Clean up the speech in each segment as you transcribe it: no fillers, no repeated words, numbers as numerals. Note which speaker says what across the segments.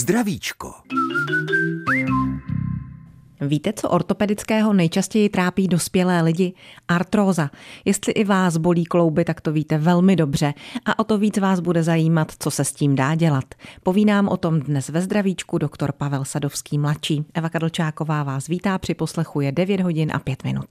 Speaker 1: Zdravíčko.
Speaker 2: Víte, co ortopedického nejčastěji trápí dospělé lidi? Artróza. Jestli i vás bolí klouby, tak to víte velmi dobře. A o to víc vás bude zajímat, co se s tím dá dělat. Poví nám o tom dnes ve Zdravíčku doktor Pavel Sadovský mladší. Eva Kadlčáková vás vítá při poslechu, je 9 hodin a 5 minut.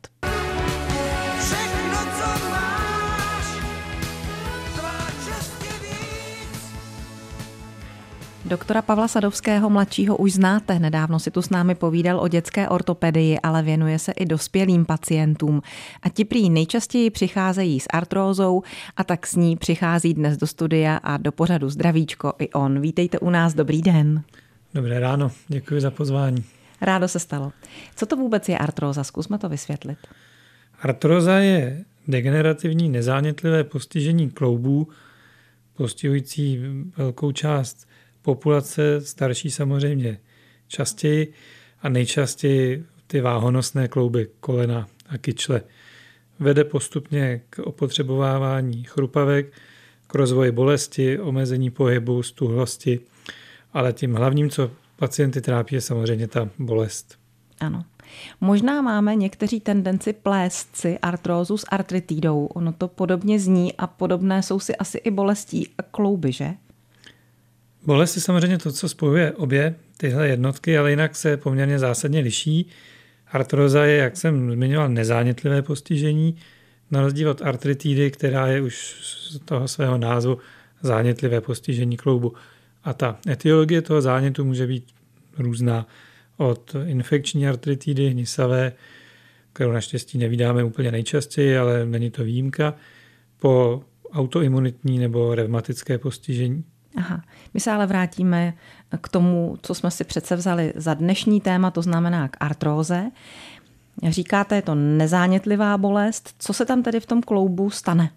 Speaker 2: Doktora Pavla Sadovského mladšího už znáte, nedávno si tu s námi povídal o dětské ortopedii, ale věnuje se i dospělým pacientům. A ti prý nejčastěji přicházejí s artrózou a tak s ní přichází dnes do studia a do pořadu Zdravíčko i on. Vítejte u nás, dobrý den.
Speaker 3: Dobré ráno, děkuji za pozvání.
Speaker 2: Rádo se stalo. Co to vůbec je artróza? Zkusme to vysvětlit.
Speaker 3: Artróza je degenerativní nezánětlivé postižení kloubů, postihující velkou část populace, starší samozřejmě častěji a nejčastěji ty váhonosné klouby, kolena a kyčle. Vede postupně k opotřebovávání chrupavek, k rozvoji bolesti, omezení pohybu, stuhlosti, ale tím hlavním, co pacienty trápí, je samozřejmě ta bolest.
Speaker 2: Ano. Možná máme někteří tendenci plést si artrózu s artritidou. Ono to podobně zní a podobné jsou si asi i bolestí a klouby, že?
Speaker 3: Bolest je samozřejmě to, co spojuje obě tyhle jednotky, ale jinak se poměrně zásadně liší. Artróza je, jak jsem zmiňoval, nezánětlivé postižení, na rozdíl od artritidy, která je už z toho svého názvu zánětlivé postižení kloubu. A ta etiologie toho zánětu může být různá. Od infekční artritidy, hnisavé, kterou naštěstí nevídáme úplně nejčastěji, ale není to výjimka, po autoimunitní nebo revmatické postižení.
Speaker 2: Aha, my se ale vrátíme k tomu, co jsme si přece vzali za dnešní téma, to znamená k artróze. Říkáte, je to nezánětlivá bolest. Co se tam tedy v tom kloubu stane?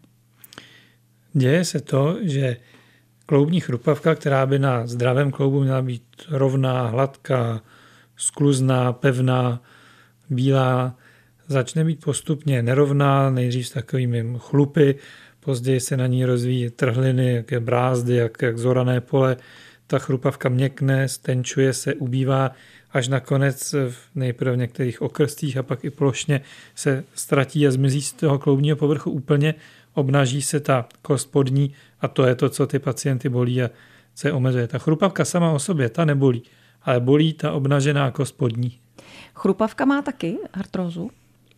Speaker 3: Děje se to, že kloubní chrupavka, která by na zdravém kloubu měla být rovná, hladká, skluzná, pevná, bílá, začne být postupně nerovná, nejdřív s takovými chlupy, později se na ní rozvíjí trhliny, jaké brázdy, jak zorané pole. Ta chrupavka měkne, stenčuje se, ubývá, až nakonec nejprve v některých okrstích a pak i plošně se ztratí a zmizí z toho kloubního povrchu úplně, obnaží se ta kost podní a to je to, co ty pacienty bolí a co je omezuje. Ta chrupavka sama o sobě, ta nebolí, ale bolí ta obnažená kost podní.
Speaker 2: Chrupavka má taky artrózu?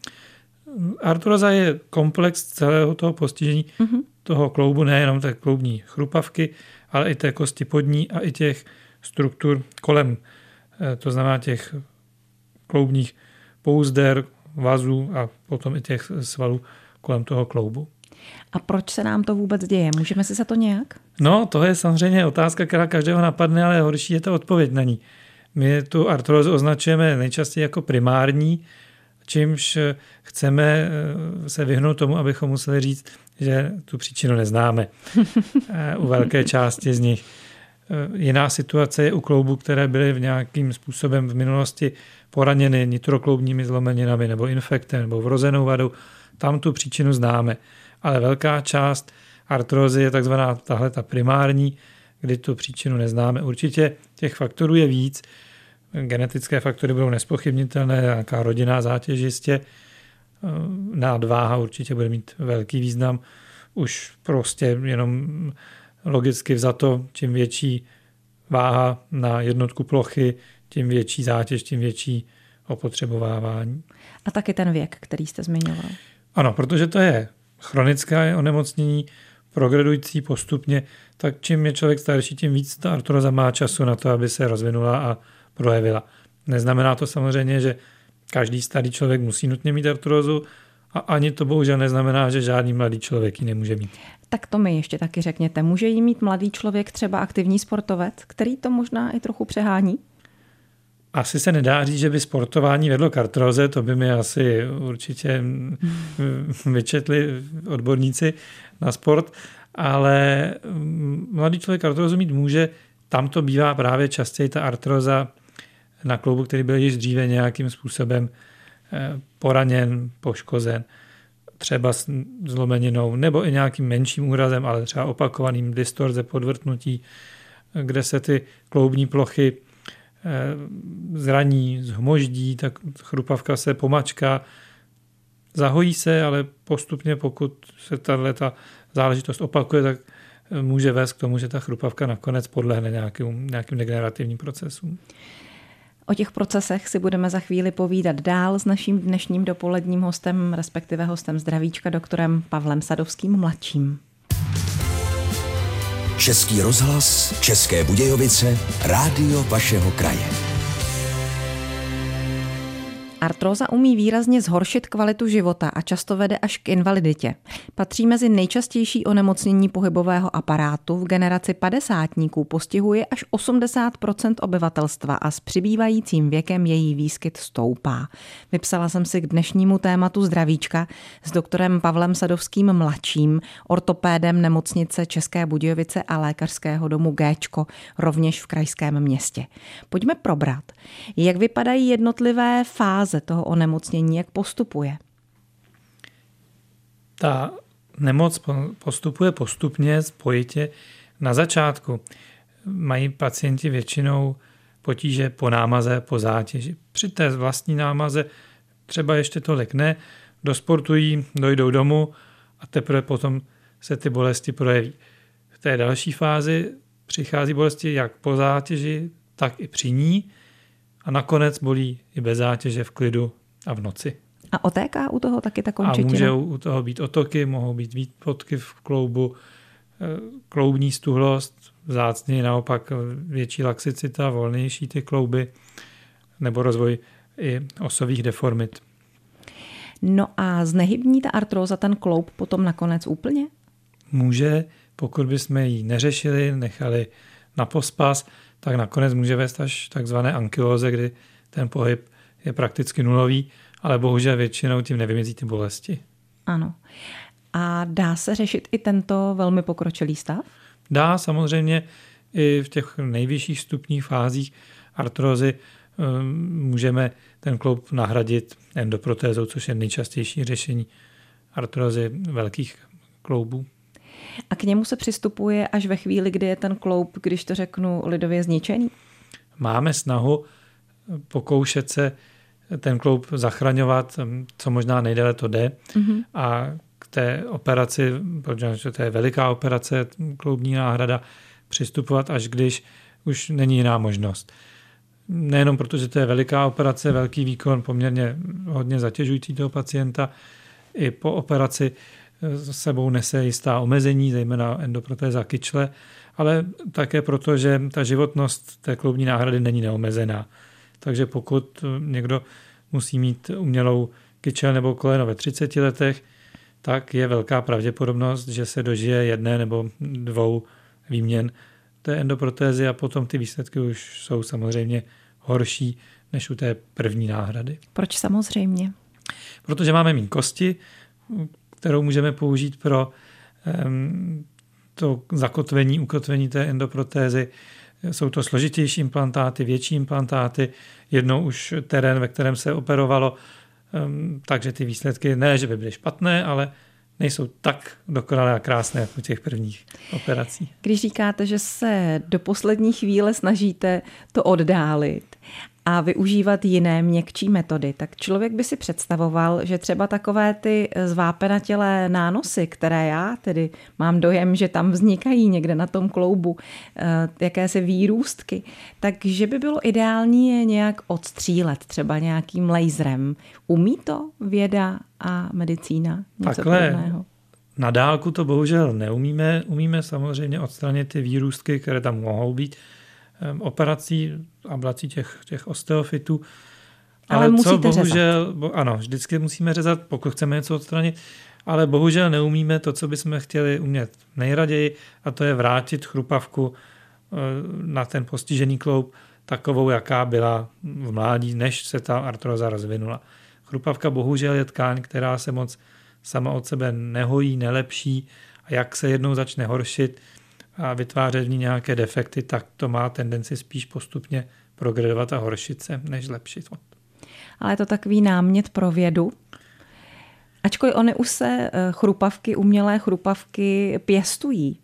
Speaker 3: Artróza je komplex celého toho postižení toho kloubu, nejenom té kloubní chrupavky, ale i té kosti podní a i těch struktur kolem, to znamená těch kloubních pouzder, vazů a potom i těch svalů kolem toho kloubu.
Speaker 2: A proč se nám to vůbec děje? Můžeme si za to nějak?
Speaker 3: No, to je samozřejmě otázka, která každého napadne, ale horší je ta odpověď na ní. My tu artrózu označujeme nejčastěji jako primární, čímž chceme se vyhnout tomu, abychom museli říct, že tu příčinu neznáme u velké části z nich. Jiná situace je u kloubů, které byly v nějakým způsobem v minulosti poraněny nitrokloubními zlomeninami nebo infektem nebo vrozenou vadou. Tam tu příčinu známe. Ale velká část artrózy je takzvaná tahle ta primární, kdy tu příčinu neznáme. Určitě těch faktorů je víc. Genetické faktory budou nespochybnitelné, nějaká rodinná zátěž jistě, nadváha určitě bude mít velký význam. Už prostě jenom logicky vzato, čím větší váha na jednotku plochy, tím větší zátěž, tím větší opotřebovávání.
Speaker 2: A taky ten věk, který jste zmiňoval.
Speaker 3: Ano, protože to je chronické onemocnění, progredující postupně, tak čím je člověk starší, tím víc ta artróza má času na to, aby se rozvinula a projevila. Neznamená to samozřejmě, že každý starý člověk musí nutně mít artrózu a ani to bohužel neznamená, že žádný mladý člověk ji nemůže mít.
Speaker 2: Tak to mi ještě taky řekněte. Může jí mít mladý člověk, třeba aktivní sportovec, který to možná i trochu přehání?
Speaker 3: Asi se nedá říct, že by sportování vedlo k artróze, to by mi asi určitě vyčetli odborníci na sport, ale mladý člověk artrózu mít může, tam to bývá právě častěji ta artróza na kloubu, který byl již dříve nějakým způsobem poraněn, poškozen, třeba s zlomeninou nebo i nějakým menším úrazem, ale třeba opakovaným distorze, podvrtnutí, kde se ty kloubní plochy zraní, zhmoždí, tak chrupavka se pomačká, zahojí se, ale postupně, pokud se tato záležitost opakuje, tak může vést k tomu, že ta chrupavka nakonec podlehne nějakým degenerativním procesům.
Speaker 2: O těch procesech si budeme za chvíli povídat dál s naším dnešním dopoledním hostem, respektive hostem Zdravíčka, doktorem Pavlem Sadovským mladším.
Speaker 1: Český rozhlas, České Budějovice, rádio vašeho kraje.
Speaker 2: Artróza umí výrazně zhoršit kvalitu života a často vede až k invaliditě. Patří mezi nejčastější onemocnění pohybového aparátu. V generaci padesátníků postihuje až 80% obyvatelstva a s přibývajícím věkem její výskyt stoupá. Vypsala jsem si k dnešnímu tématu Zdravíčka s doktorem Pavlem Sadovským mladším, ortopédem nemocnice České Budějovice a lékařského domu Géčko, rovněž v krajském městě. Pojďme probrat, jak vypadají jednotlivé fáze toho onemocnění, jak postupuje.
Speaker 3: Ta nemoc postupuje postupně, spojitě. Na začátku mají pacienti většinou potíže po námaze, po zátěži. Při té vlastní námaze třeba ještě tolik ne, dosportují, dojdou domů a teprve potom se ty bolesti projeví. V té další fázi přichází bolesti jak po zátěži, tak i při ní a nakonec bolí i bez zátěže v klidu a v noci.
Speaker 2: A otéká u toho taky ta končetina?
Speaker 3: A můžou u toho být otoky, mohou být výpotky v kloubu, kloubní stuhlost, vzácně naopak větší laxicita, volnější ty klouby, nebo rozvoj i osových deformit.
Speaker 2: No a znehybní ta artróza ten kloub potom nakonec úplně?
Speaker 3: Může, pokud bychom ji neřešili, nechali na pospas, tak nakonec může vést až takzvané ankylóze, kdy ten pohyb je prakticky nulový, ale bohužel většinou tím nevymizí ty bolesti.
Speaker 2: Ano. A dá se řešit i tento velmi pokročilý stav?
Speaker 3: Dá, samozřejmě i v těch nejvyšších stupních fázích artrózy můžeme ten kloub nahradit endoprotézou, což je nejčastější řešení artrózy velkých kloubů.
Speaker 2: A k němu se přistupuje až ve chvíli, kdy je ten kloub, když to řeknu lidově, zničený? Máme
Speaker 3: snahu pokoušet se ten kloub zachraňovat, co možná nejdéle to jde. Mm-hmm. A k té operaci, protože to je veliká operace, kloubní náhrada, přistupovat, až když už není jiná možnost. Nejenom protože to je veliká operace, velký výkon, poměrně hodně zatěžující toho pacienta, i po operaci s sebou nese jistá omezení, zejména endoprotéza kyčle, ale také proto, že ta životnost té kloubní náhrady není neomezená. Takže pokud někdo musí mít umělou kyčel nebo koleno ve 30 letech, tak je velká pravděpodobnost, že se dožije 1 nebo 2 výměn té endoprotézy a potom ty výsledky už jsou samozřejmě horší než u té první náhrady.
Speaker 2: Proč samozřejmě?
Speaker 3: Protože máme mít kosti, kterou můžeme použít pro to zakotvení, ukotvení té endoprotézy. Jsou to složitější implantáty, větší implantáty, jednou už terén, ve kterém se operovalo, takže ty výsledky ne, že by byly špatné, ale nejsou tak dokonalé a krásné jako u těch prvních operací.
Speaker 2: Když říkáte, že se do poslední chvíle snažíte to oddálit a využívat jiné měkčí metody, tak člověk by si představoval, že třeba takové ty zvápenatělé nánosy, které já tedy mám dojem, že tam vznikají někde na tom kloubu, jakési výrůstky, takže by bylo ideální je nějak odstřílet, třeba nějakým laserem. Umí to věda a medicína? Něco podobného?
Speaker 3: Na dálku to bohužel neumíme. Umíme samozřejmě odstranit ty výrůstky, které tam mohou být operací, ablací těch osteofytů. Ale co bohužel, ano, vždycky musíme řezat, pokud chceme něco odstranit, ale bohužel neumíme to, co bychom chtěli umět nejraději, a to je vrátit chrupavku na ten postižený kloub takovou, jaká byla v mládí, než se ta artróza rozvinula. Chrupavka bohužel je tkáň, která se moc sama od sebe nehojí, nelepší, a jak se jednou začne horšit a vytvářet v ní nějaké defekty, tak to má tendenci spíš postupně progredovat a horšit se, než zlepšit.
Speaker 2: Ale je to takový námět pro vědu. Ačkoliv ony už se chrupavky, umělé chrupavky pěstují.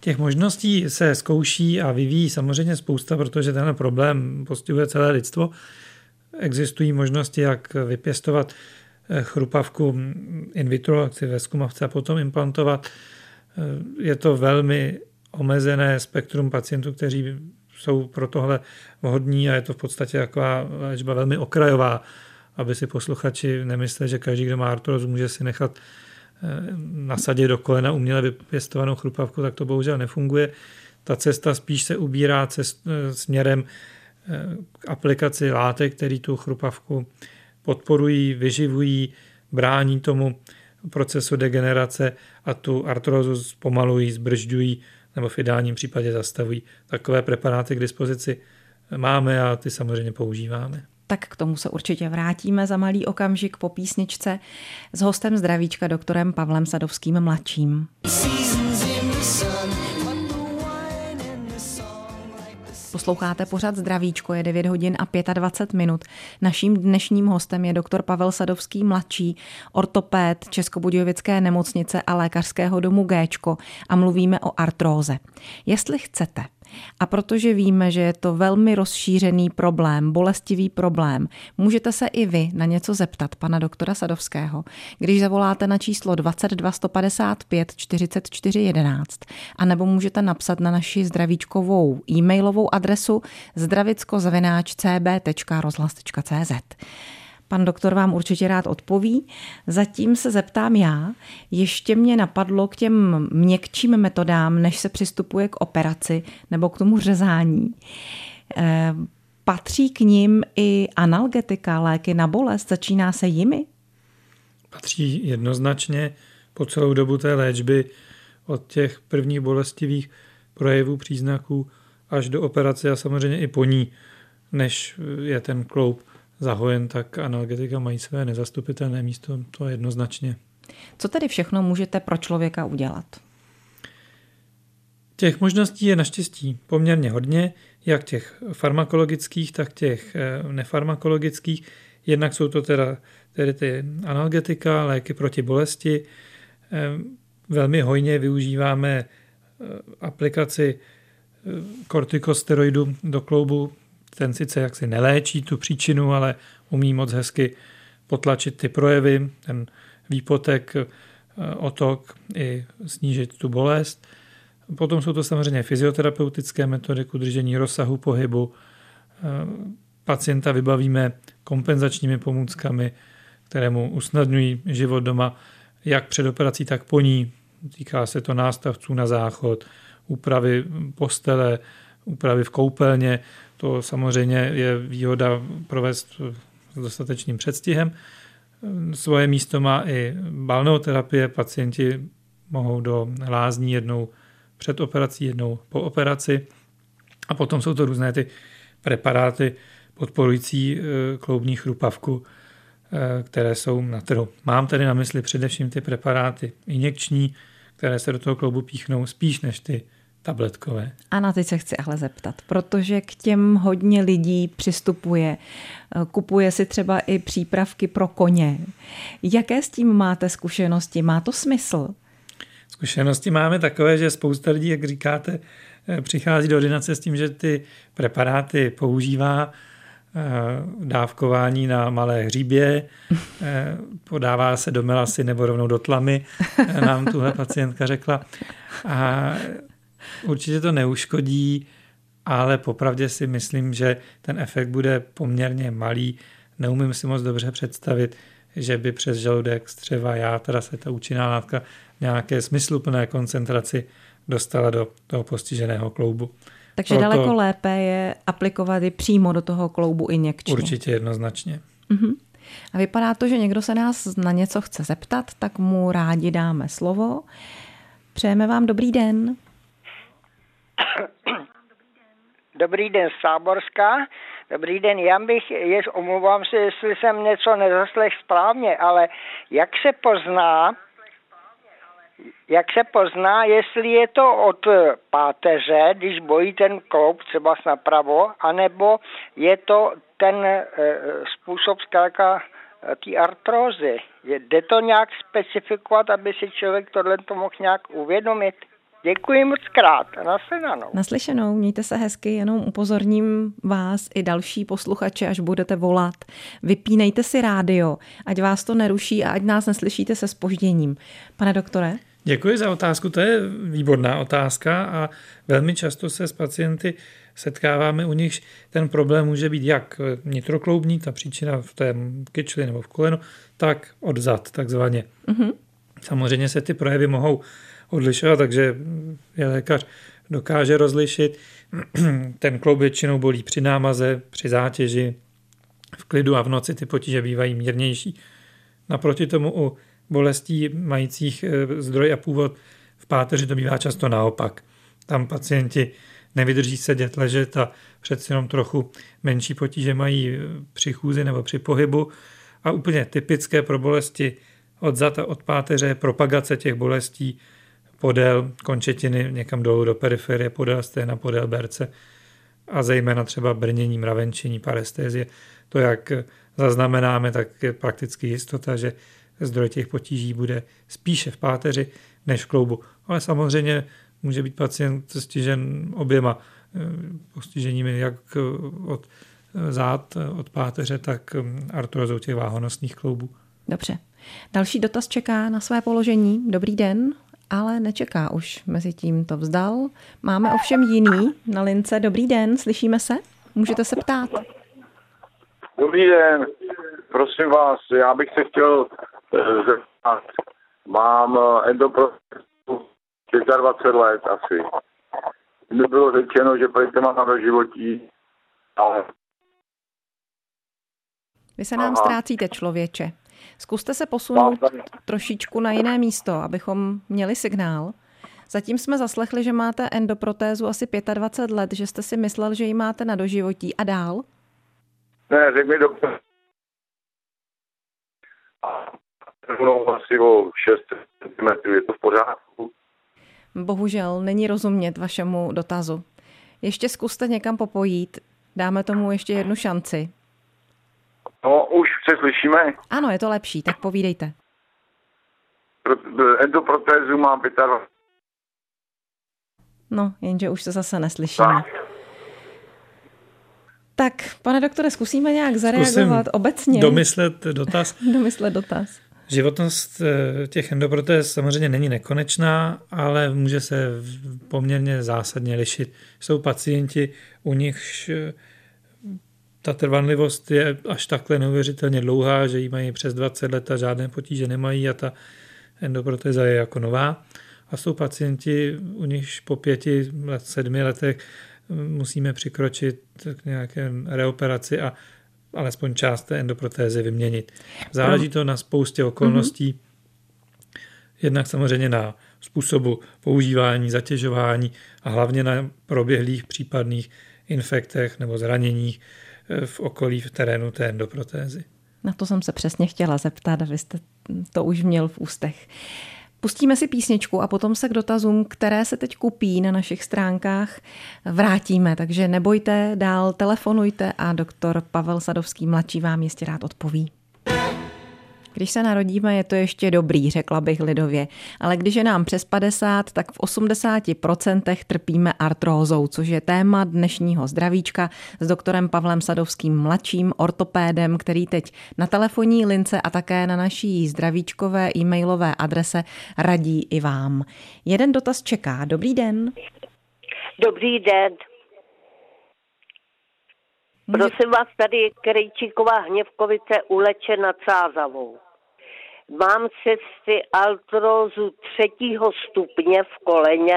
Speaker 3: Těch možností se zkouší a vyvíjí samozřejmě spousta, protože ten problém postihuje celé lidstvo. Existují možnosti, jak vypěstovat chrupavku in vitro, ve zkumavce a potom implantovat. Je to velmi omezené spektrum pacientů, kteří jsou pro tohle vhodní a je to v podstatě taková léčba velmi okrajová, aby si posluchači nemysleli, že každý, kdo má artrózu, může si nechat nasadit do kolena uměle vypěstovanou chrupavku, tak to bohužel nefunguje. Ta cesta spíš se ubírá směrem k aplikaci látek, které tu chrupavku podporují, vyživují, brání tomu procesu degenerace a tu artrózu zpomalují, zbržďují nebo v ideálním případě zastavují. Takové preparáty k dispozici máme a ty samozřejmě používáme.
Speaker 2: Tak k tomu se určitě vrátíme za malý okamžik po písničce s hostem zdravíčka doktorem Pavlem Sadovským mladším. Posloucháte pořad Zdravíčko, je 9 hodin a 25 minut. Naším dnešním hostem je doktor Pavel Sadovský mladší, ortopéd Českobudějovické nemocnice a lékařského domu Géčko a mluvíme o artróze. Jestli chcete, a protože víme, že je to velmi rozšířený problém, bolestivý problém, můžete se i vy na něco zeptat pana doktora Sadovského, když zavoláte na číslo 22 155 44 11, anebo můžete napsat na naši zdravíčkovou e-mailovou adresu zdravicko@cb.rozhlas.cz. Pan doktor vám určitě rád odpoví. Zatím se zeptám já. Ještě mě napadlo k těm měkčím metodám, než se přistupuje k operaci nebo k tomu řezání. Patří k nim i analgetika, léky na bolest? Začíná se jimi?
Speaker 3: Patří jednoznačně po celou dobu té léčby od těch prvních bolestivých projevů, příznaků až do operace a samozřejmě i po ní, než je ten kloub zahojen, tak analgetika mají své nezastupitelné místo, to jednoznačně.
Speaker 2: Co tedy všechno můžete pro člověka udělat?
Speaker 3: Těch možností je naštěstí poměrně hodně, jak těch farmakologických, tak těch nefarmakologických. Jednak jsou to tedy ty analgetika, léky proti bolesti. Velmi hojně využíváme aplikaci kortikosteroidu do kloubu. Ten sice jaksi neléčí tu příčinu, ale umí moc hezky potlačit ty projevy, ten výpotek, otok i snížit tu bolest. Potom jsou to samozřejmě fyzioterapeutické metody k udržení rozsahu pohybu. Pacienta vybavíme kompenzačními pomůckami, které mu usnadňují život doma, jak před operací, tak po ní. Týká se to nástavců na záchod, úpravy postele, úpravy v koupelně. To samozřejmě je výhoda provést s dostatečným předstihem. Svoje místo má i balneoterapie. Pacienti mohou do lázní jednou před operací, jednou po operaci. A potom jsou to různé ty preparáty podporující kloubní chrupavku, které jsou na trhu. Mám tedy na mysli především ty preparáty injekční, které se do toho kloubu píchnou spíš než ty tabletkové.
Speaker 2: A na ty se chci ale zeptat, protože k těm hodně lidí přistupuje, kupuje si třeba i přípravky pro koně. Jaké s tím máte zkušenosti? Má to smysl?
Speaker 3: Zkušenosti máme takové, že spousta lidí, jak říkáte, přichází do ordinace s tím, že ty preparáty používá, dávkování na malé hříbě, podává se do melasy nebo rovnou do tlamy, nám tuhle pacientka řekla. A určitě to neuškodí, ale popravdě si myslím, že ten efekt bude poměrně malý. Neumím si moc dobře představit, že by přes žaludek, střeva, játra se ta účinná látka v nějaké smysluplné koncentraci dostala do toho postiženého kloubu.
Speaker 2: Takže daleko lépe je aplikovat i přímo do toho kloubu injekčně.
Speaker 3: Určitě jednoznačně.
Speaker 2: Uh-huh. A vypadá to, že někdo se nás na něco chce zeptat, tak mu rádi dáme slovo. Přejeme vám dobrý den.
Speaker 4: Dobrý den z Táborska. Dobrý den, omlouvám se, jestli jsem něco nezaslech správně, ale jak se pozná, jestli je to od páteře, když bojí ten kloub třeba napravo, anebo je to ten způsob zkrátka té artrózy. Jde to nějak specifikovat, aby si člověk tohle mohl nějak uvědomit? Děkuji moc krát. Naslyšenou.
Speaker 2: Naslyšenou, mějte se hezky, jenom upozorním vás i další posluchače, až budete volat. Vypínejte si rádio, ať vás to neruší a ať nás neslyšíte se zpožděním. Pane doktore?
Speaker 3: Děkuji za otázku, to je výborná otázka a velmi často se s pacienty setkáváme, u nichž ten problém může být jak nitrokloubní, ta příčina v té kyčli nebo v kolenu, tak odzad takzvaně. Mm-hmm. Samozřejmě se ty projevy mohou odlišovat, takže lékař dokáže rozlišit. Ten kloub většinou bolí při námaze, při zátěži, v klidu a v noci ty potíže bývají mírnější. Naproti tomu u bolestí majících zdroj a původ v páteři to bývá často naopak. Tam pacienti nevydrží sedět, ležet a přeci jenom trochu menší potíže mají při chůzi nebo při pohybu. A úplně typické pro bolesti odzad a od páteře je propagace těch bolestí podél končetiny někam dolů do periferie, podél stehna, podél berce a zejména třeba brnění, mravenčení, parestézie. To, jak zaznamenáme, tak je prakticky jistota, že zdroj těch potíží bude spíše v páteři než v kloubu. Ale samozřejmě může být pacient stižen oběma postiženími, jak od zád, od páteře, tak artrózou těch váhonosných kloubů.
Speaker 2: Dobře. Další dotaz čeká na své položení. Dobrý den, ale nečeká už. Mezitím to vzdal. Máme ovšem jiný na lince. Dobrý den, slyšíme se? Můžete se ptát.
Speaker 5: Dobrý den, prosím vás, já bych se chtěl zeptat. Mám endoprotézu 25 let asi. Mně bylo řečeno, že prejte mám na doživotí, ale...
Speaker 2: Vy se nám ztrácíte, člověče. Zkuste se posunout trošičku na jiné místo, abychom měli signál. Zatím jsme zaslechli, že máte endoprotézu asi 25 let, že jste si myslel, že ji máte na doživotí. A dál?
Speaker 5: Ne, řekl mi doktor. Asi o 6 cm, je to v pořádku?
Speaker 2: Bohužel není rozumět vašemu dotazu. Ještě zkuste někam popojít, dáme tomu ještě jednu šanci.
Speaker 5: No, už se slyšíme?
Speaker 2: Ano, je to lepší, tak povídejte.
Speaker 5: Endoprotézu mám 25.
Speaker 2: No, jenže už se zase neslyšíme. Tak, pane doktore, zkusíme nějak zareagovat obecně.
Speaker 3: Domyslet dotaz.
Speaker 2: Domyslet dotaz.
Speaker 3: Životnost těch endoprotéz samozřejmě není nekonečná, ale může se poměrně zásadně lišit. Jsou pacienti, u nichž ta trvanlivost je až takhle neuvěřitelně dlouhá, že jí mají přes 20 let a žádné potíže nemají a ta endoprotéza je jako nová. A jsou pacienti, u nichž po 7 letech musíme přikročit k nějaké reoperaci a alespoň část té endoprotézy vyměnit. Záleží to na spoustě okolností. Jednak samozřejmě na způsobu používání, zatěžování a hlavně na proběhlých případných infektech nebo zraněních v okolí, v terénu té endoprotézy.
Speaker 2: Na to jsem se přesně chtěla zeptat, vy jste to už měl v ústech. Pustíme si písničku a potom se k dotazům, které se teď kupí na našich stránkách, vrátíme. Takže nebojte, dál telefonujte a doktor Pavel Sadovský mladší vám jistě rád odpoví. Když se narodíme, je to ještě dobrý, řekla bych lidově. Ale když je nám přes 50, tak v 80% trpíme artrózou, což je téma dnešního zdravíčka s doktorem Pavlem Sadovským mladším, ortopédem, který teď na telefonní lince a také na naší zdravíčkové e-mailové adrese radí i vám. Jeden dotaz čeká. Dobrý den.
Speaker 6: Dobrý den. Prosím vás, tady je Krejčíková Hněvkovice u Leče nad Sázavou. Mám cysty artrózu 3. stupně v koleně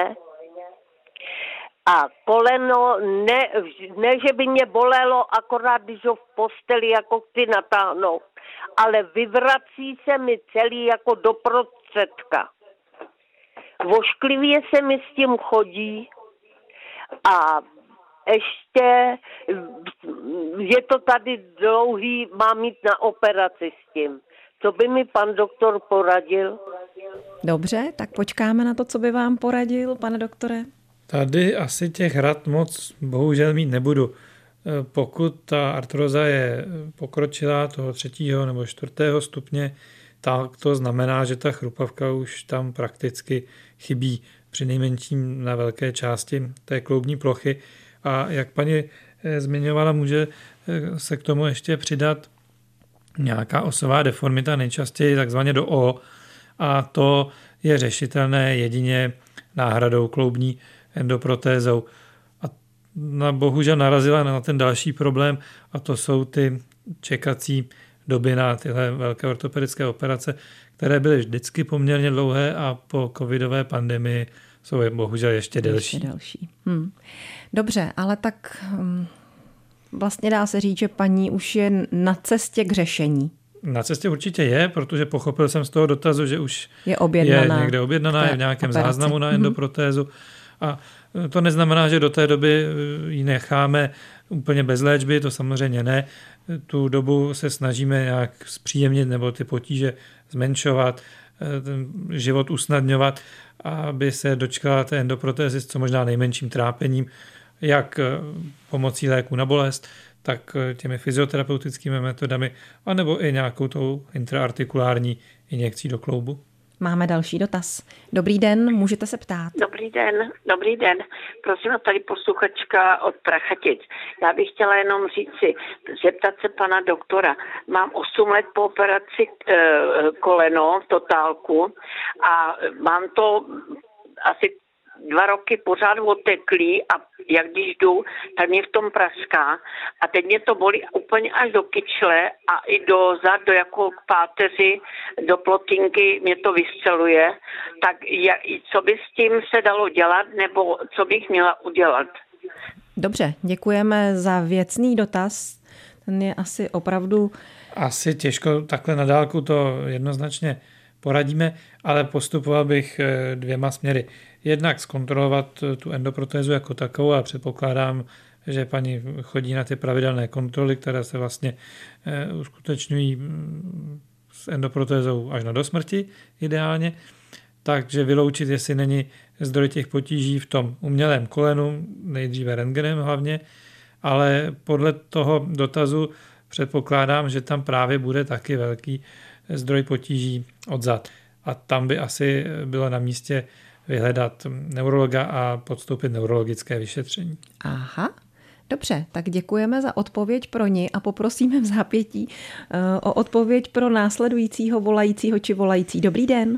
Speaker 6: a koleno ne, že by mě bolelo, akorát když ho v posteli jako chci natáhnout, ale vyvrací se mi celý jako do prostředka. Vošklivě se mi s tím chodí a ještě je to tady dlouhý, mám jít na operaci s tím. Co by mi pan doktor poradil?
Speaker 2: Dobře, tak počkáme na to, co by vám poradil, pane doktore.
Speaker 3: Tady asi těch rad moc bohužel mít nebudu. Pokud ta artróza je pokročilá toho 3. nebo 4. stupně, tak to znamená, že ta chrupavka už tam prakticky chybí. přinejmenším na velké části té kloubní plochy. A jak paní zmiňovala, může se k tomu ještě přidat nějaká osová deformita, nejčastěji takzvaně do O, a to je řešitelné jedině náhradou kloubní endoprotézou. A bohužel narazila na ten další problém, a to jsou ty čekací doby na tyhle velké ortopedické operace, které byly vždycky poměrně dlouhé a po covidové pandemii jsou bohužel ještě delší.
Speaker 2: Dobře, ale tak vlastně dá se říct, že paní už je na cestě k řešení.
Speaker 3: Na cestě určitě je, protože pochopil jsem z toho dotazu, že už je někde objednaná, je v nějakém záznamu na endoprotézu. A to neznamená, že do té doby ji necháme úplně bez léčby, to samozřejmě ne. Tu dobu se snažíme nějak zpříjemnit nebo ty potíže zmenšovat, ten život usnadňovat, aby se dočkala té endoprotézy s co možná nejmenším trápením, jak pomocí léku na bolest, tak těmi fyzioterapeutickými metodami, anebo i nějakou tou intraartikulární injekcí do kloubu.
Speaker 2: Máme další dotaz. Dobrý den, můžete se ptát.
Speaker 7: Dobrý den. Prosím, tady posluchačka od Prachatic. Já bych chtěla jenom zeptat se pana doktora. Mám 8 let po operaci koleno, totálku, a mám to asi 2 roky pořád oteklý, a jak když jdu, tak mě v tom praská. A teď mě to bolí úplně až do kyčle a i do zad, do jako k páteři, do plotinky mě to vystřeluje. Tak co by s tím se dalo dělat, nebo co bych měla udělat?
Speaker 2: Dobře, děkujeme za věcný dotaz. Ten je asi opravdu...
Speaker 3: Asi těžko takhle na dálku to jednoznačně poradíme, ale postupoval bych 2 směry. Jednak zkontrolovat tu endoprotézu jako takovou, a předpokládám, že paní chodí na ty pravidelné kontroly, které se vlastně uskutečňují s endoprotézou až do smrti ideálně. Takže vyloučit, jestli není zdroj těch potíží v tom umělém kolenu, nejdříve rentgenem hlavně, ale podle toho dotazu předpokládám, že tam právě bude taky velký zdroj potíží odzad. A tam by asi bylo na místě vyhledat neurologa a podstoupit neurologické vyšetření.
Speaker 2: Aha, dobře, tak děkujeme za odpověď pro ní a poprosíme v zápětí o odpověď pro následujícího volajícího či volající. Dobrý den.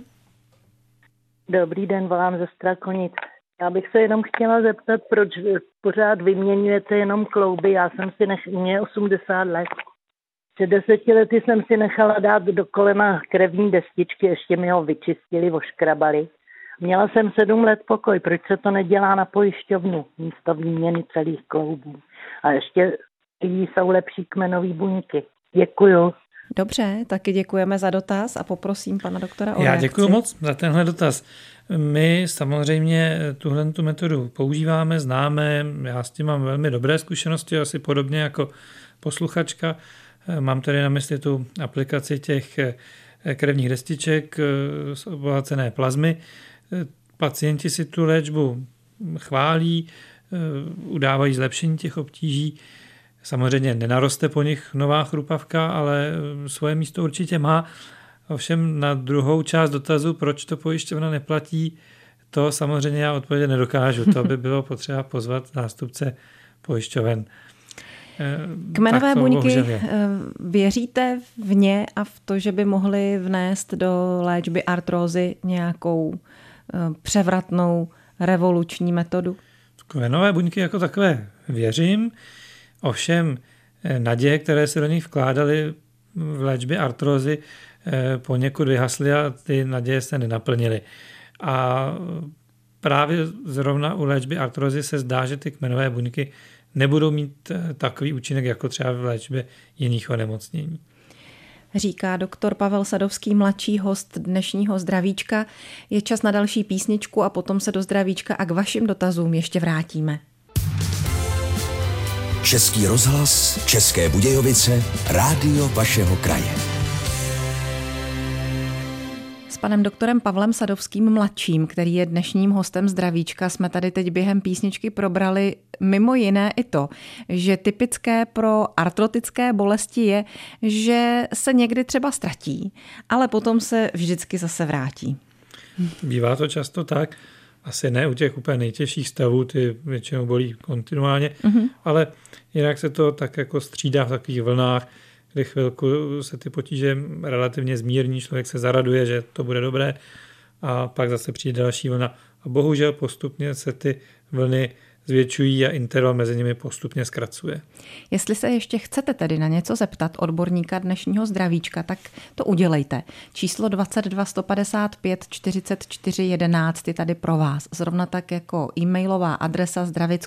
Speaker 8: Dobrý den, volám ze Strakonic. Já bych se jenom chtěla zeptat, proč pořád vyměňujete jenom klouby. Já jsem mě 80 let. Před 10 lety jsem si nechala dát do kolena krevní destičky, ještě mi ho vyčistili, oškrabali. Měla jsem 7 let pokoj, proč se to nedělá na pojišťovnu místo výměny celých kloubů? A ještě jsou lepší kmenové buňky. Děkuju.
Speaker 2: Dobře, taky děkujeme za dotaz a poprosím pana doktora o
Speaker 3: reakci.
Speaker 2: Já
Speaker 3: děkuji moc za tenhle dotaz. My samozřejmě tu metodu používáme, známe, já s tím mám velmi dobré zkušenosti, asi podobně jako posluchačka. Mám tady na mysli tu aplikaci těch krevních destiček z obohacené plazmy. Pacienti si tu léčbu chválí, udávají zlepšení těch obtíží. Samozřejmě nenaroste po nich nová chrupavka, ale svoje místo určitě má. Ovšem na druhou část dotazu, proč to pojišťovna neplatí, to samozřejmě já odpovědět nedokážu. To by bylo potřeba pozvat zástupce pojišťoven.
Speaker 2: Kmenové buňky, věříte v ně a v to, že by mohly vnést do léčby artrózy nějakou převratnou revoluční metodu?
Speaker 3: Kmenové buňky jako takové věřím, ovšem naděje, které se do nich vkládaly v léčbě artrózy, poněkud vyhasly a ty naděje se nenaplnily. A právě zrovna u léčby artrózy se zdá, že ty kmenové buňky nebudou mít takový účinek jako třeba v léčbě jiných onemocnění.
Speaker 2: Říká doktor Pavel Sadovský, mladší host dnešního Zdravíčka. Je čas na další písničku a potom se do Zdravíčka a k vašim dotazům ještě vrátíme.
Speaker 1: Český rozhlas, České Budějovice, rádio vašeho kraje.
Speaker 2: S panem doktorem Pavlem Sadovským mladším, který je dnešním hostem Zdravíčka, jsme tady teď během písničky probrali mimo jiné i to, že typické pro artrotické bolesti je, že se někdy třeba ztratí, ale potom se vždycky zase vrátí.
Speaker 3: Bývá to často tak asi ne u těch úplně nejtěžších stavů, ty většinou bolí kontinuálně, ale jinak se to tak jako střídá v takových vlnách, kdy chvilku se ty potíže relativně zmírní, člověk se zaraduje, že to bude dobré a pak zase přijde další vlna. A bohužel postupně se ty vlny zvětšují a interval mezi nimi postupně zkracuje.
Speaker 2: Jestli se ještě chcete tedy na něco zeptat odborníka dnešního zdravíčka, tak to udělejte. Číslo 22 155 44 11 je tady pro vás. Zrovna tak jako e-mailová adresa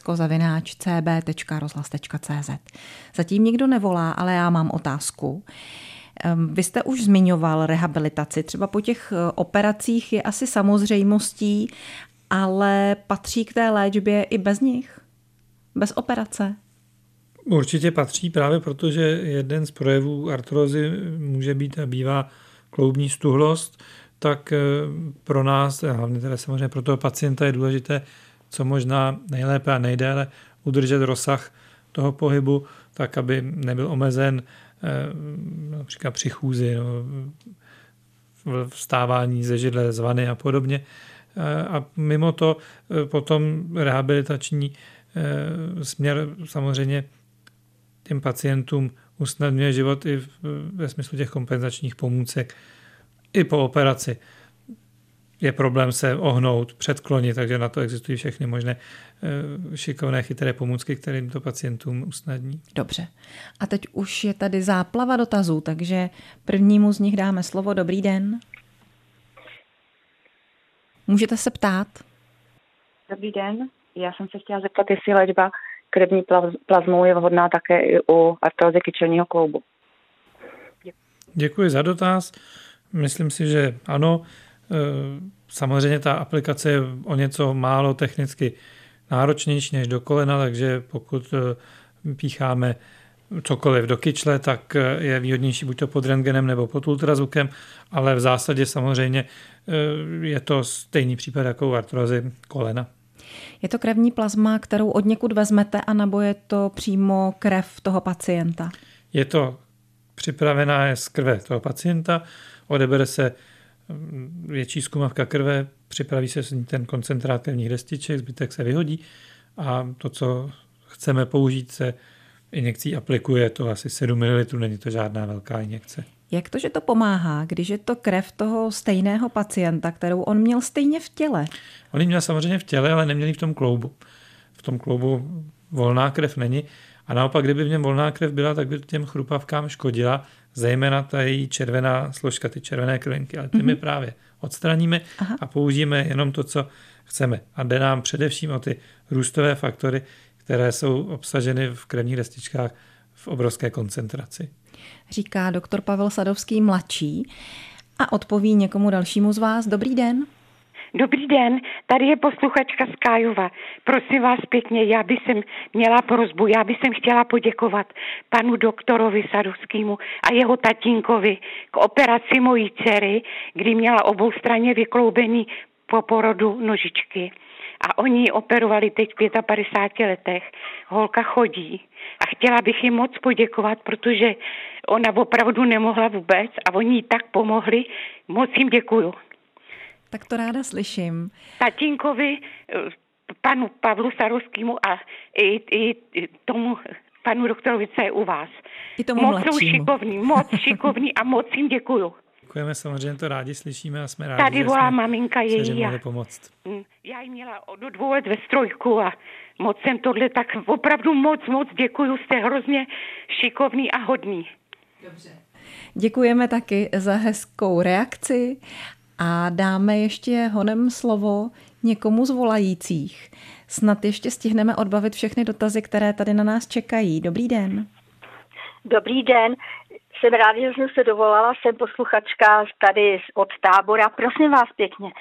Speaker 2: zdravicko@cb.rozhlas.cz. Zatím nikdo nevolá, ale já mám otázku. Vy jste už zmiňoval rehabilitaci. Třeba po těch operacích je asi samozřejmostí, ale patří k té léčbě i bez nich? Bez operace?
Speaker 3: Určitě patří právě proto, že jeden z projevů artrózy může být a bývá kloubní stuhlost, tak pro nás, hlavně teda samozřejmě pro toho pacienta je důležité, co možná nejlépe a nejdéle udržet rozsah toho pohybu, tak aby nebyl omezen například při chůzi, vstávání ze židle, z vany a podobně. A mimo to potom rehabilitační směr samozřejmě těm pacientům usnadňuje život i ve smyslu těch kompenzačních pomůcek. I po operaci je problém se ohnout, předklonit, takže na to existují všechny možné šikovné, chytré pomůcky, které jim to pacientům usnadní.
Speaker 2: Dobře. A teď už je tady záplava dotazů, takže prvnímu z nich dáme slovo. Dobrý den. Můžete se ptát?
Speaker 9: Dobrý den. Já jsem se chtěla zeptat, jestli léčba krevní plazmou je vhodná také i u artrózy kyčelního kloubu.
Speaker 3: Děkuji za dotaz. Myslím si, že ano. Samozřejmě ta aplikace je o něco málo technicky náročnější než do kolena, takže pokud pícháme cokoliv do kyčle, tak je výhodnější buď to pod rentgenem nebo pod ultrazvukem, ale v zásadě samozřejmě je to stejný případ jako u artrózy kolena.
Speaker 2: Je to krevní plazma, kterou odněkud vezmete, anebo je to přímo krev toho pacienta?
Speaker 3: Je to připravená z krve toho pacienta, odebere se větší zkumavka krve, připraví se s ní ten koncentrát krevních destiček, zbytek se vyhodí a to, co chceme použít, se injekcí aplikuje, to asi 7 ml, není to žádná velká injekce.
Speaker 2: Jak to, že to pomáhá, když je to krev toho stejného pacienta, kterou on měl stejně v těle?
Speaker 3: On ji měl samozřejmě v těle, ale neměl ji v tom kloubu. V tom kloubu volná krev není a naopak, kdyby v něm volná krev byla, tak by těm chrupavkám škodila, zejména ta její červená složka, ty červené krvinky, ale ty my právě odstraníme a použijeme jenom to, co chceme. A jde nám především o ty růstové faktory, které jsou obsaženy v krevních destičkách v obrovské koncentraci.
Speaker 2: Říká doktor Pavel Sadovský mladší a odpoví někomu dalšímu z vás. Dobrý den.
Speaker 10: Dobrý den, tady je posluchačka z Kájova. Prosím vás pěkně, já bych měla prosbu, já bych chtěla poděkovat panu doktorovi Sadovskému a jeho tatínkovi k operaci mojí dcery, kdy měla oboustranně vykloubený po porodu nožičky. A oni ji operovali teď v 55 letech. Holka chodí a chtěla bych jim moc poděkovat, protože ona opravdu nemohla vůbec a oni jí tak pomohli. Moc jim děkuju.
Speaker 2: Tak to ráda slyším.
Speaker 10: Tatínkovi, panu Pavlu Sadovskému a i tomu panu doktorovi, co je u vás.
Speaker 2: I tomu
Speaker 10: moc
Speaker 2: mladšímu.
Speaker 10: Moc šikovní a moc jim děkuju.
Speaker 3: Děkujeme, samozřejmě to rádi slyšíme a jsme rádi,
Speaker 10: tady
Speaker 3: že
Speaker 10: volá
Speaker 3: jsme
Speaker 10: maminka její.
Speaker 3: mohli pomoct.
Speaker 10: Já jí měla do 2 let ve strojku a moc jsem tohle, tak opravdu moc děkuju, jste hrozně šikovný a hodný.
Speaker 2: Dobře. Děkujeme taky za hezkou reakci a dáme ještě honem slovo někomu z volajících. Snad ještě stihneme odbavit všechny dotazy, které tady na nás čekají. Dobrý den. Dobrý den.
Speaker 11: Jsem ráda, že jsem se dovolala, jsem posluchačka tady od Tábora. Prosím vás pěkně,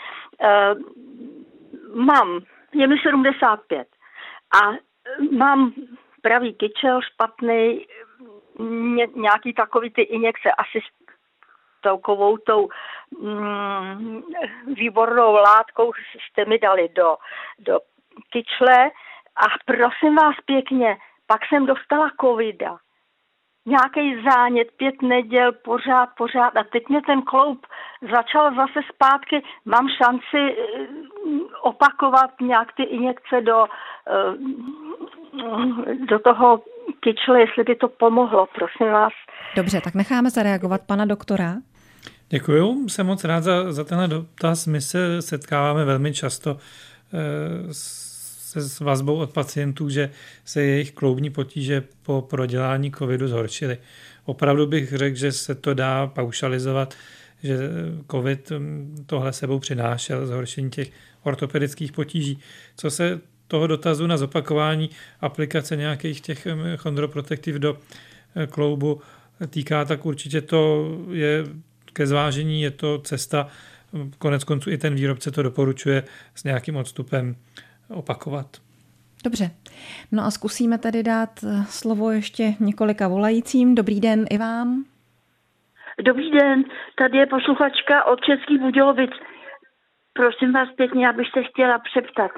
Speaker 11: je mi 75 a mám pravý kyčel špatný, nějaký takový ty injekce asi s takovou tou výbornou látkou jste mi dali do kyčle a prosím vás pěkně, pak jsem dostala covida. Nějaký zánět, 5 neděl, pořád a teď mě ten kloub začal zase zpátky, mám šanci opakovat nějak ty injekce do toho kyčle, jestli by to pomohlo, prosím vás.
Speaker 2: Dobře, tak necháme zareagovat pana doktora.
Speaker 3: Děkuju, jsem moc rád za tenhle dotaz. My se setkáváme velmi často se vazbou od pacientů, že se jejich kloubní potíže po prodělání covidu zhoršily. Opravdu bych řekl, že se to dá paušalizovat, že covid tohle sebou přinášel, zhoršení těch ortopedických potíží. Co se toho dotazu na zopakování aplikace nějakých těch chondroprotektiv do kloubu týká, tak určitě to je ke zvážení, je to cesta. Konec konců i ten výrobce to doporučuje s nějakým odstupem opakovat.
Speaker 2: Dobře. No a zkusíme tedy dát slovo ještě několika volajícím. Dobrý den i vám.
Speaker 12: Dobrý den, tady je posluchačka od Českých Budějovic. Prosím vás pěkně, já bych se chtěla přeptat.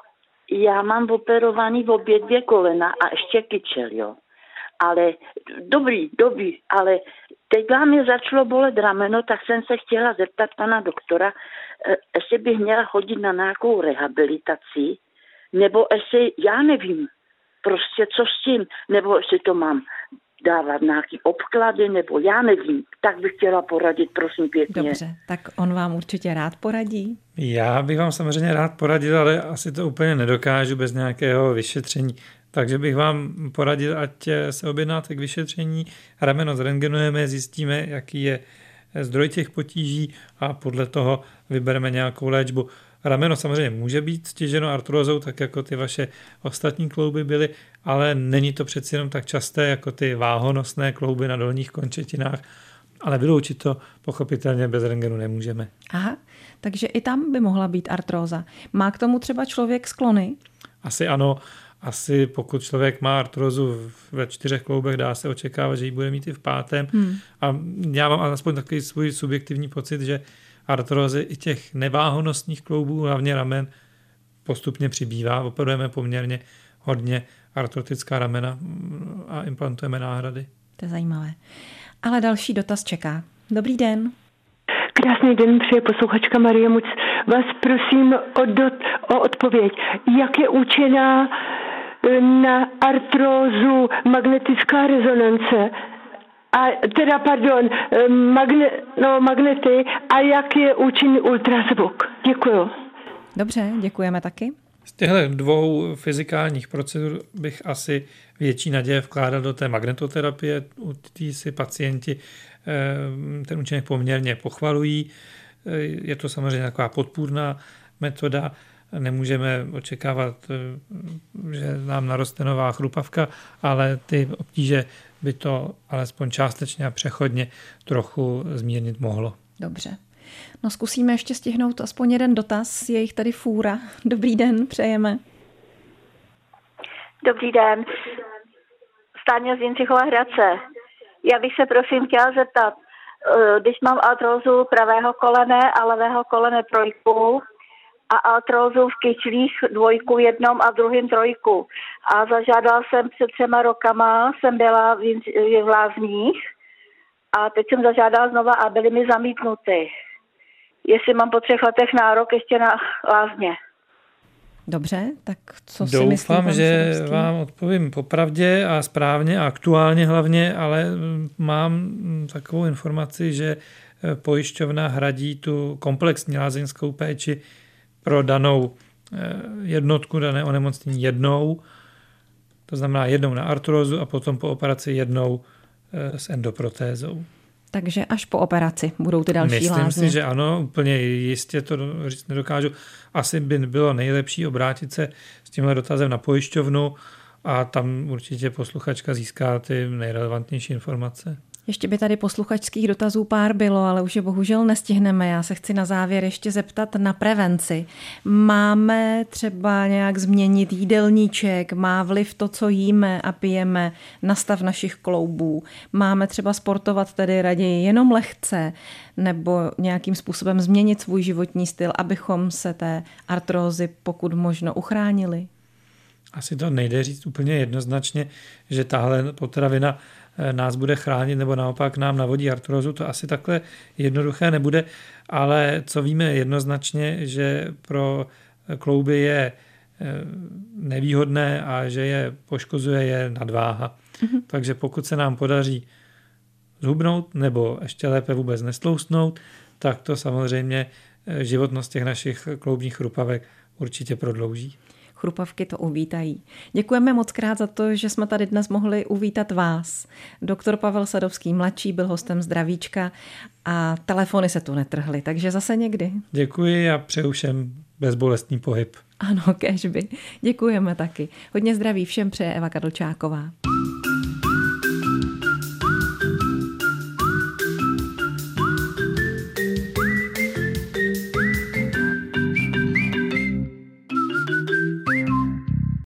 Speaker 12: Já mám operovaný v obě 2 kolena a ještě kyčel, jo. Ale dobrý, ale teď mě začalo bolet rameno, tak jsem se chtěla zeptat pana doktora, jestli bych měla chodit na nějakou rehabilitaci, nebo jestli, já nevím, prostě co s tím, nebo jestli to mám dávat nějaký obklady, nebo já nevím, tak bych chtěla poradit, prosím pěkně.
Speaker 2: Dobře, tak on vám určitě rád poradí.
Speaker 3: Já bych vám samozřejmě rád poradil, ale asi to úplně nedokážu bez nějakého vyšetření. Takže bych vám poradil, ať se objednáte k vyšetření, rameno zrentgenujeme, zjistíme, jaký je zdroj těch potíží a podle toho vybereme nějakou léčbu. Rameno samozřejmě může být stiženo artrózou, tak jako ty vaše ostatní klouby byly, ale není to přeci jenom tak časté, jako ty váhonosné klouby na dolních končetinách, ale vyloučit to pochopitelně bez rentgenu nemůžeme.
Speaker 2: Aha, takže i tam by mohla být artróza. Má k tomu třeba člověk sklony?
Speaker 3: Asi ano. Asi pokud člověk má artrózu ve 4 kloubech, dá se očekávat, že ji bude mít i v 5. A já mám alespoň takový svůj subjektivní pocit, že artrózy i těch neváhonostních kloubů, hlavně ramen, postupně přibývá. Operujeme poměrně hodně artrotická ramena a implantujeme náhrady.
Speaker 2: To je zajímavé. Ale další dotaz čeká. Dobrý den.
Speaker 10: Krásný den, přeje posluchačka Marie. Moc vás prosím o odpověď. Jak je účinná na artrózu magnetická rezonance? Magnety a jak je účinný ultrazvuk? Děkuju.
Speaker 2: Dobře, děkujeme taky.
Speaker 3: Z těchto 2 fyzikálních procedur bych asi větší naděje vkládal do té magnetoterapie. U té si pacienti ten účinek poměrně pochvalují. Je to samozřejmě taková podpůrná metoda. Nemůžeme očekávat, že nám naroste nová chrupavka, ale ty obtíže by to alespoň částečně a přechodně trochu zmírnit mohlo.
Speaker 2: Dobře. No zkusíme ještě stihnout aspoň jeden dotaz. Je jich tady fůra. Dobrý den, přejeme.
Speaker 11: Dobrý den. Stáňa z Jindřichova Hradce. Já bych se prosím chtěla zeptat, když mám artrózu pravého kolene a levého kolene 3 a artrózu v kyčlích 2 v jednom a v druhém 3. A zažádala jsem před 3 rokama, jsem byla v Lázních a teď jsem zažádala znova a byly mi zamítnuty. Jestli mám po 3 letech nárok ještě na lázně.
Speaker 2: Dobře, tak co si myslíte?
Speaker 3: Doufám, že vám odpovím popravdě a správně a aktuálně hlavně, ale mám takovou informaci, že pojišťovna hradí tu komplexní lázeňskou péči pro danou jednotku, dané onemocnění jednou, to znamená jednou na artrózu a potom po operaci jednou s endoprotézou.
Speaker 2: Takže až po operaci budou ty další lázně.
Speaker 3: Myslím si, že ano, úplně jistě to říct nedokážu. Asi by bylo nejlepší obrátit se s tímhle dotazem na pojišťovnu a tam určitě posluchačka získá ty nejrelevantnější informace.
Speaker 2: Ještě by tady posluchačských dotazů pár bylo, ale už je bohužel nestihneme. Já se chci na závěr ještě zeptat na prevenci. Máme třeba nějak změnit jídelníček? Má vliv to, co jíme a pijeme, na stav našich kloubů? Máme třeba sportovat tedy raději jenom lehce nebo nějakým způsobem změnit svůj životní styl, abychom se té artrózy pokud možno uchránili?
Speaker 3: Asi to nejde říct úplně jednoznačně, že tahle potravina nás bude chránit nebo naopak nám navodí artrózu. To asi takhle jednoduché nebude, ale co víme jednoznačně, že pro klouby je nevýhodné a že je poškozuje je nadváha. Takže pokud se nám podaří zhubnout nebo ještě lépe vůbec nestloustnout, tak to samozřejmě životnost těch našich kloubních chrupavek určitě prodlouží.
Speaker 2: Chrupavky to uvítají. Děkujeme moc krát za to, že jsme tady dnes mohli uvítat vás. Doktor Pavel Sadovský mladší byl hostem Zdravíčka a telefony se tu netrhly, takže zase někdy.
Speaker 3: Děkuji a přeju všem bezbolestný pohyb.
Speaker 2: Ano, kéžby. Děkujeme taky. Hodně zdraví všem přeje Eva Kadlčáková.